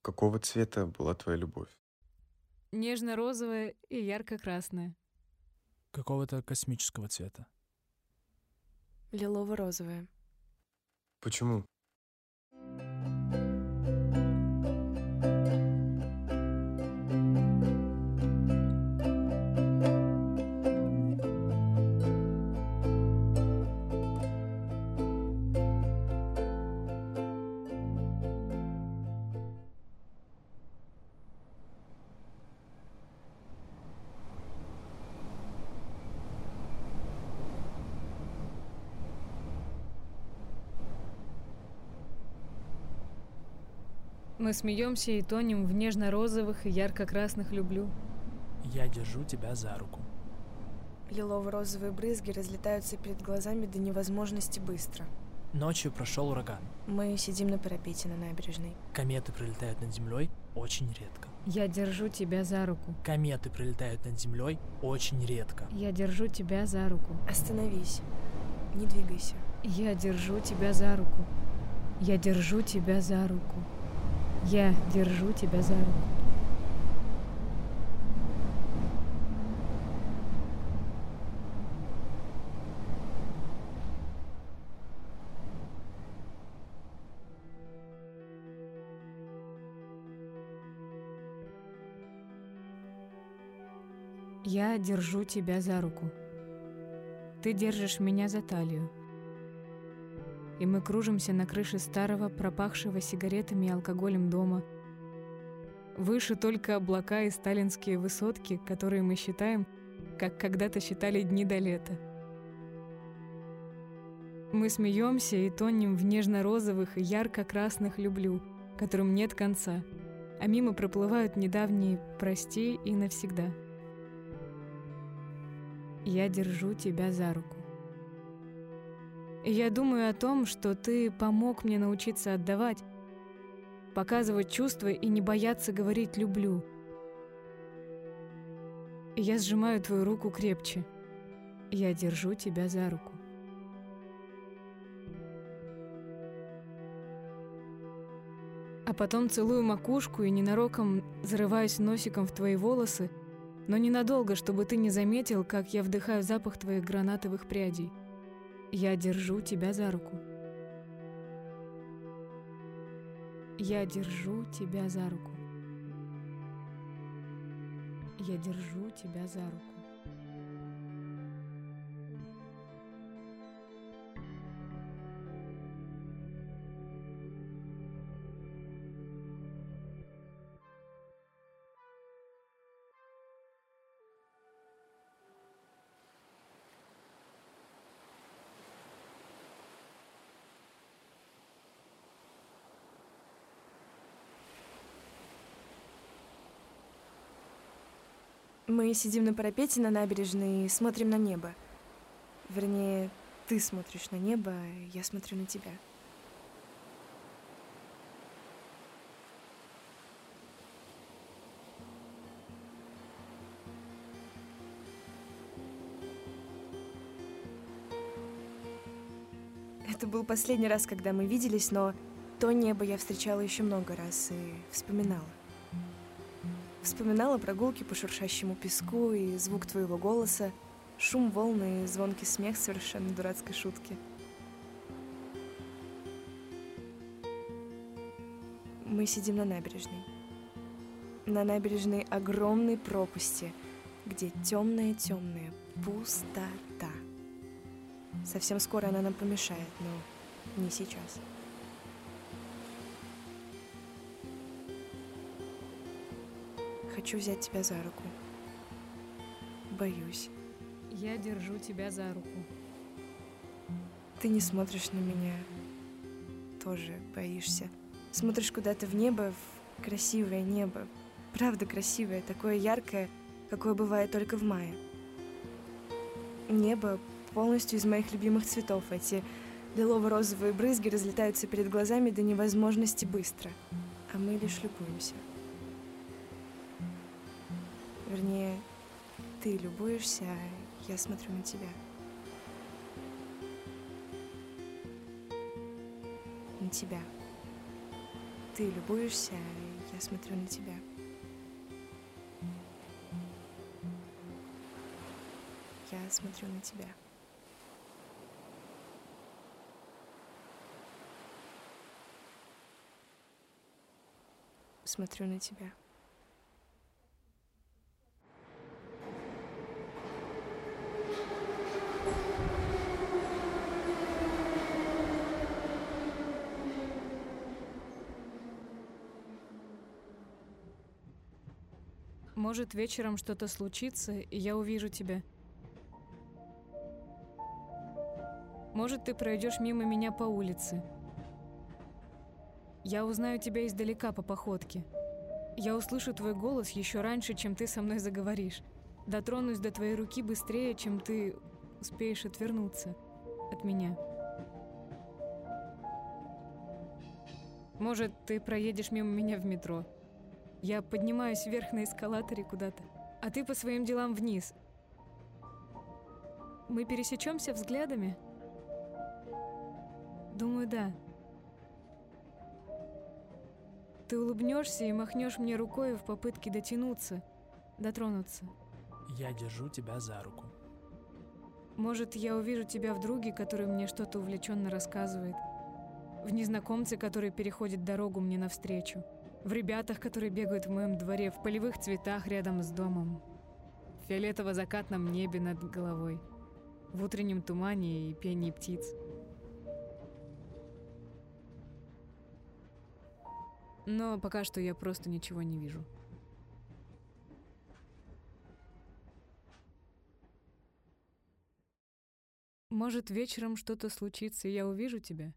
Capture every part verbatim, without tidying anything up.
Какого цвета была твоя любовь? Нежно-розовая и ярко-красная. Какого-то космического цвета. Лилово-розовая. Почему? Мы смеемся и тонем в нежно-розовых и ярко-красных «люблю». Я держу тебя за руку. Лилово-розовые брызги разлетаются перед глазами до невозможности быстро. Ночью прошел ураган. Мы сидим на парапете на набережной. Кометы пролетают над землей очень редко. Я держу тебя за руку. Кометы пролетают над землей очень редко. Я держу тебя за руку. Остановись. Не двигайся. Я держу тебя за руку. Я держу тебя за руку. Я держу тебя за руку. Я держу тебя за руку. Ты держишь меня за талию. И мы кружимся на крыше старого, пропахшего сигаретами и алкоголем дома. Выше только облака и сталинские высотки, которые мы считаем, как когда-то считали дни до лета. Мы смеемся и тонем в нежно-розовых и ярко-красных «люблю», которым нет конца, а мимо проплывают недавние «прости» и «навсегда». Я держу тебя за руку. И я думаю о том, что ты помог мне научиться отдавать, показывать чувства и не бояться говорить «люблю». И я сжимаю твою руку крепче. Я держу тебя за руку. А потом целую макушку и ненароком зарываюсь носиком в твои волосы, но ненадолго, чтобы ты не заметил, как я вдыхаю запах твоих гранатовых прядей. Я держу тебя за руку. Я держу тебя за руку. Я держу тебя за руку. Мы сидим на парапете на набережной и смотрим на небо. Вернее, ты смотришь на небо, а я смотрю на тебя. Это был последний раз, когда мы виделись, но то небо я встречала еще много раз и вспоминала. Вспоминала прогулки по шуршащему песку и звук твоего голоса, шум волны и звонкий смех совершенно дурацкой шутки. Мы сидим на набережной. На набережной огромной пропасти, где темная-темная пустота. Совсем скоро она нам помешает, но не сейчас. Хочу взять тебя за руку. Боюсь. Я держу тебя за руку. Ты не смотришь на меня. Тоже боишься. Смотришь куда-то в небо, в красивое небо. Правда красивое, такое яркое, какое бывает только в мае. Небо полностью из моих любимых цветов. Эти лилово-розовые брызги разлетаются перед глазами до невозможности быстро. А мы лишь любуемся. Вернее, ты любуешься, а я смотрю на тебя. На тебя. Ты любуешься, а я смотрю на тебя. Я смотрю на тебя. Смотрю на тебя. Может, вечером что-то случится, и я увижу тебя. Может, ты пройдешь мимо меня по улице. Я узнаю тебя издалека по походке. Я услышу твой голос еще раньше, чем ты со мной заговоришь. Дотронусь до твоей руки быстрее, чем ты успеешь отвернуться от меня. Может, ты проедешь мимо меня в метро. Я поднимаюсь вверх на эскалаторе куда-то, а ты по своим делам вниз. Мы пересечемся взглядами? Думаю, да. Ты улыбнешься и махнешь мне рукой в попытке дотянуться, дотронуться. Я держу тебя за руку. Может, я увижу тебя в друге, который мне что-то увлеченно рассказывает, в незнакомце, который переходит дорогу мне навстречу, в ребятах, которые бегают в моем дворе, в полевых цветах рядом с домом, в фиолетово-закатном небе над головой, в утреннем тумане и пении птиц. Но пока что я просто ничего не вижу. Может, вечером что-то случится, и я увижу тебя?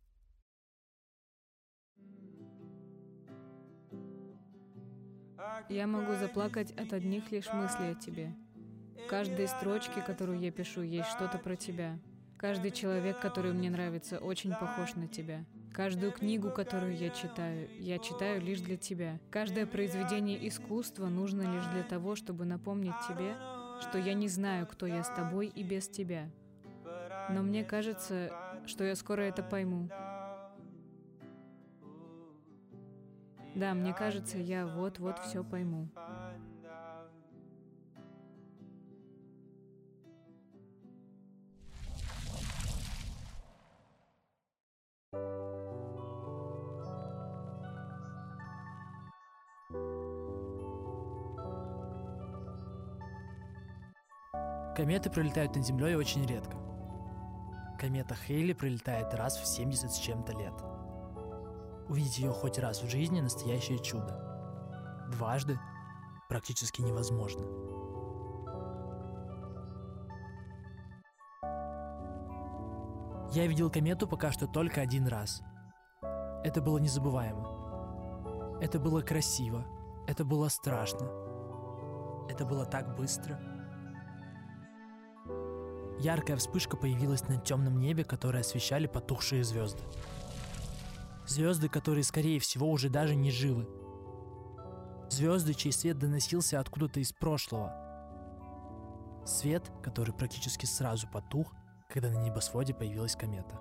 Я могу заплакать от одних лишь мыслей о тебе. В каждой строчке, которую я пишу, есть что-то про тебя. Каждый человек, который мне нравится, очень похож на тебя. Каждую книгу, которую я читаю, я читаю лишь для тебя. Каждое произведение искусства нужно лишь для того, чтобы напомнить тебе, что я не знаю, кто я с тобой и без тебя. Но мне кажется, что я скоро это пойму. Да, мне кажется, я вот-вот все пойму. Кометы пролетают над Землей очень редко. Комета Хейли пролетает раз в семьдесят с чем-то лет. Увидеть ее хоть раз в жизни – настоящее чудо. Дважды практически невозможно. Я видел комету пока что только один раз. Это было незабываемо. Это было красиво. Это было страшно. Это было так быстро. Яркая вспышка появилась на темном небе, которое освещали потухшие звезды. Звезды, которые, скорее всего, уже даже не живы. Звезды, чей свет доносился откуда-то из прошлого. Свет, который практически сразу потух, когда на небосводе появилась комета.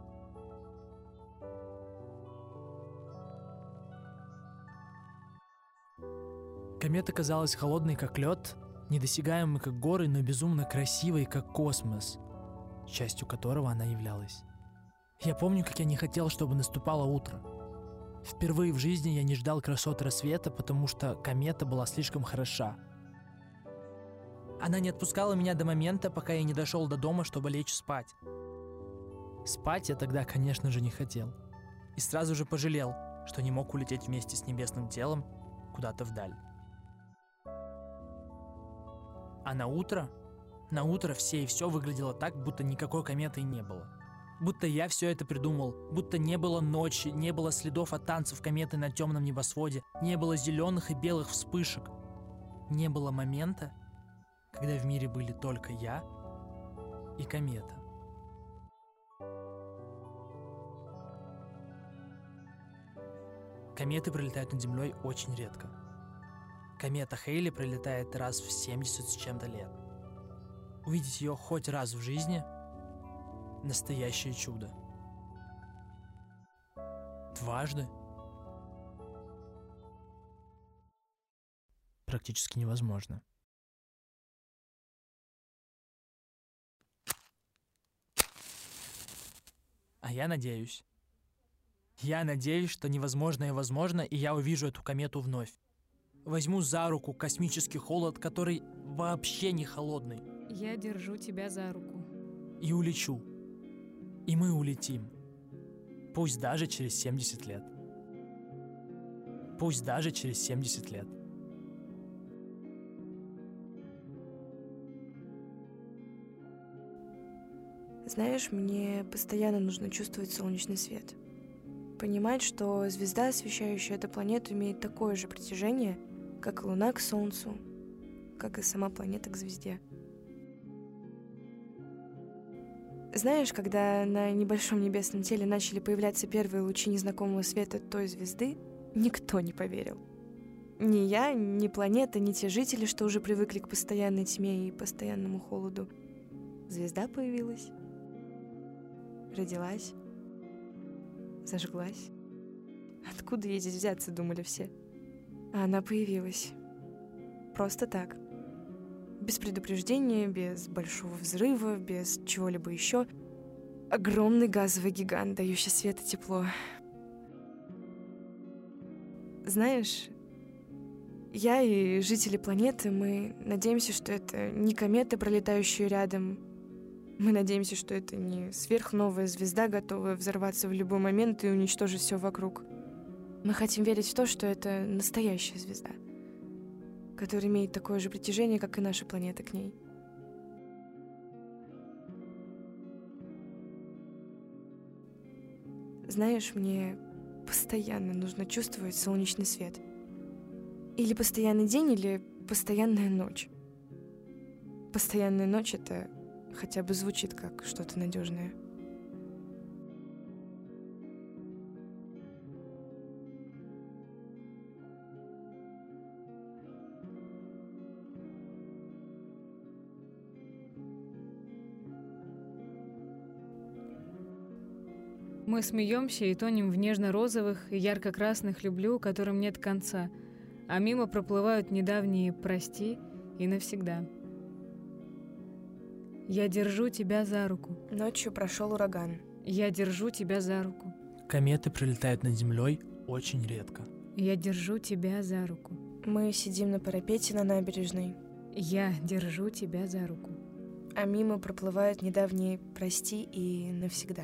Комета казалась холодной, как лед, недосягаемой, как горы, но безумно красивой, как космос, частью которого она являлась. Я помню, как я не хотел, чтобы наступало утро. Впервые в жизни я не ждал красот рассвета, потому что комета была слишком хороша. Она не отпускала меня до момента, пока я не дошел до дома, чтобы лечь спать. Спать я тогда, конечно же, не хотел. И сразу же пожалел, что не мог улететь вместе с небесным телом куда-то вдаль. А на утро, на утро все и все выглядело так, будто никакой кометы и не было. Будто я все это придумал, будто не было ночи, не было следов от танцев кометы на темном небосводе, не было зеленых и белых вспышек. Не было момента, когда в мире были только я и комета. Кометы пролетают над Землей очень редко. Комета Хейли пролетает раз в семьдесят с чем-то лет. Увидеть ее хоть раз в жизни – настоящее чудо. Дважды практически невозможно. А я надеюсь. Я надеюсь, что невозможное возможно, и я увижу эту комету вновь. Возьму за руку космический холод, который вообще не холодный, Я держу тебя за руку. и улечу. И мы улетим. Пусть даже через семьдесят лет. Пусть даже через семьдесят лет. Знаешь, мне постоянно нужно чувствовать солнечный свет. Понимать, что звезда, освещающая эту планету, имеет такое же притяжение, как и Луна к Солнцу, как и сама планета к звезде. Знаешь, когда на небольшом небесном теле начали появляться первые лучи незнакомого света той звезды, никто не поверил. Ни я, ни планета, ни те жители, что уже привыкли к постоянной тьме и постоянному холоду. Звезда появилась, родилась, зажглась. Откуда ей здесь взяться, думали все. А она появилась. Просто так. Без предупреждения, без большого взрыва, без чего-либо еще. Огромный газовый гигант, дающий свет и тепло. Знаешь, я и жители планеты, мы надеемся, что это не кометы, пролетающие рядом. Мы надеемся, что это не сверхновая звезда, готовая взорваться в любой момент и уничтожить все вокруг. Мы хотим верить в то, что это настоящая звезда, которая имеет такое же притяжение, как и наша планета к ней. Знаешь, мне постоянно нужно чувствовать солнечный свет. Или постоянный день, или постоянная ночь. Постоянная ночь — это хотя бы звучит как что-то надежное. Мы смеемся и тонем в нежно-розовых и ярко-красных «люблю», которым нет конца, а мимо проплывают недавние «прости» и «навсегда». Я держу тебя за руку. Ночью прошел ураган. Я держу тебя за руку. Кометы пролетают над Землей очень редко. Я держу тебя за руку. Мы сидим на парапете на набережной, Я держу тебя за руку. а мимо проплывают недавние «прости» и «навсегда».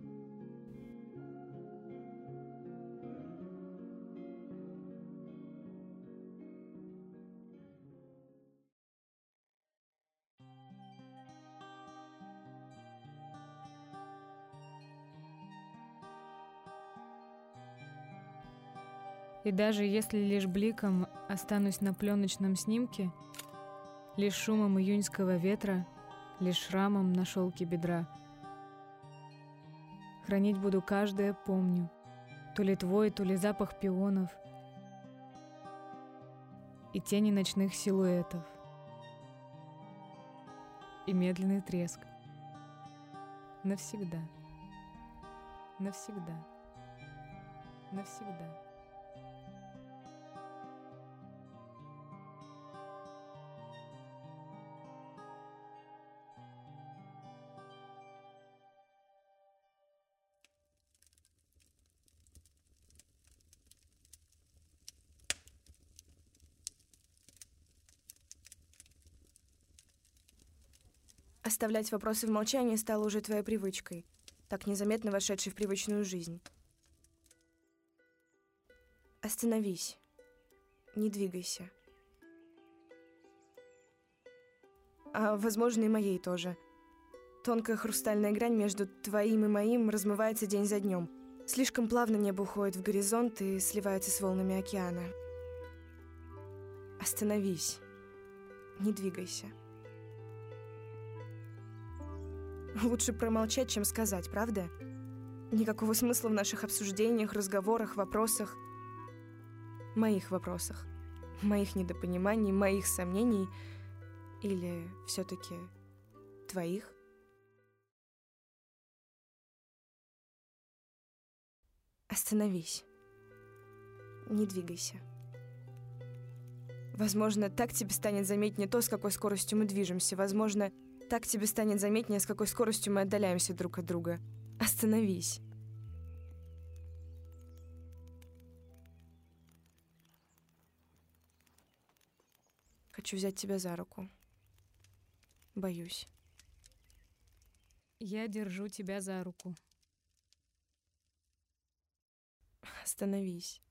И даже если лишь бликом останусь на пленочном снимке, лишь шумом июньского ветра, лишь шрамом на шелке бедра, хранить буду каждое помню, то ли твой, то ли запах пионов и тени ночных силуэтов, и медленный треск. Навсегда, навсегда, навсегда. Оставлять вопросы в молчании стало уже твоей привычкой, так незаметно вошедшей в привычную жизнь. Остановись. Не двигайся. А, возможно, и моей тоже. Тонкая хрустальная грань между твоим и моим размывается день за днем. Слишком плавно небо уходит в горизонт и сливается с волнами океана. Остановись. Не двигайся. Лучше промолчать, чем сказать, правда? Никакого смысла в наших обсуждениях, разговорах, вопросах. Моих вопросах. Моих недопониманий, моих сомнений. Или все-таки твоих? Остановись. Не двигайся. Возможно, так тебе станет заметнее то, с какой скоростью мы движемся. Возможно, так тебе станет заметнее, с какой скоростью мы отдаляемся друг от друга. Остановись. Хочу взять тебя за руку. Боюсь. Я держу тебя за руку. Остановись.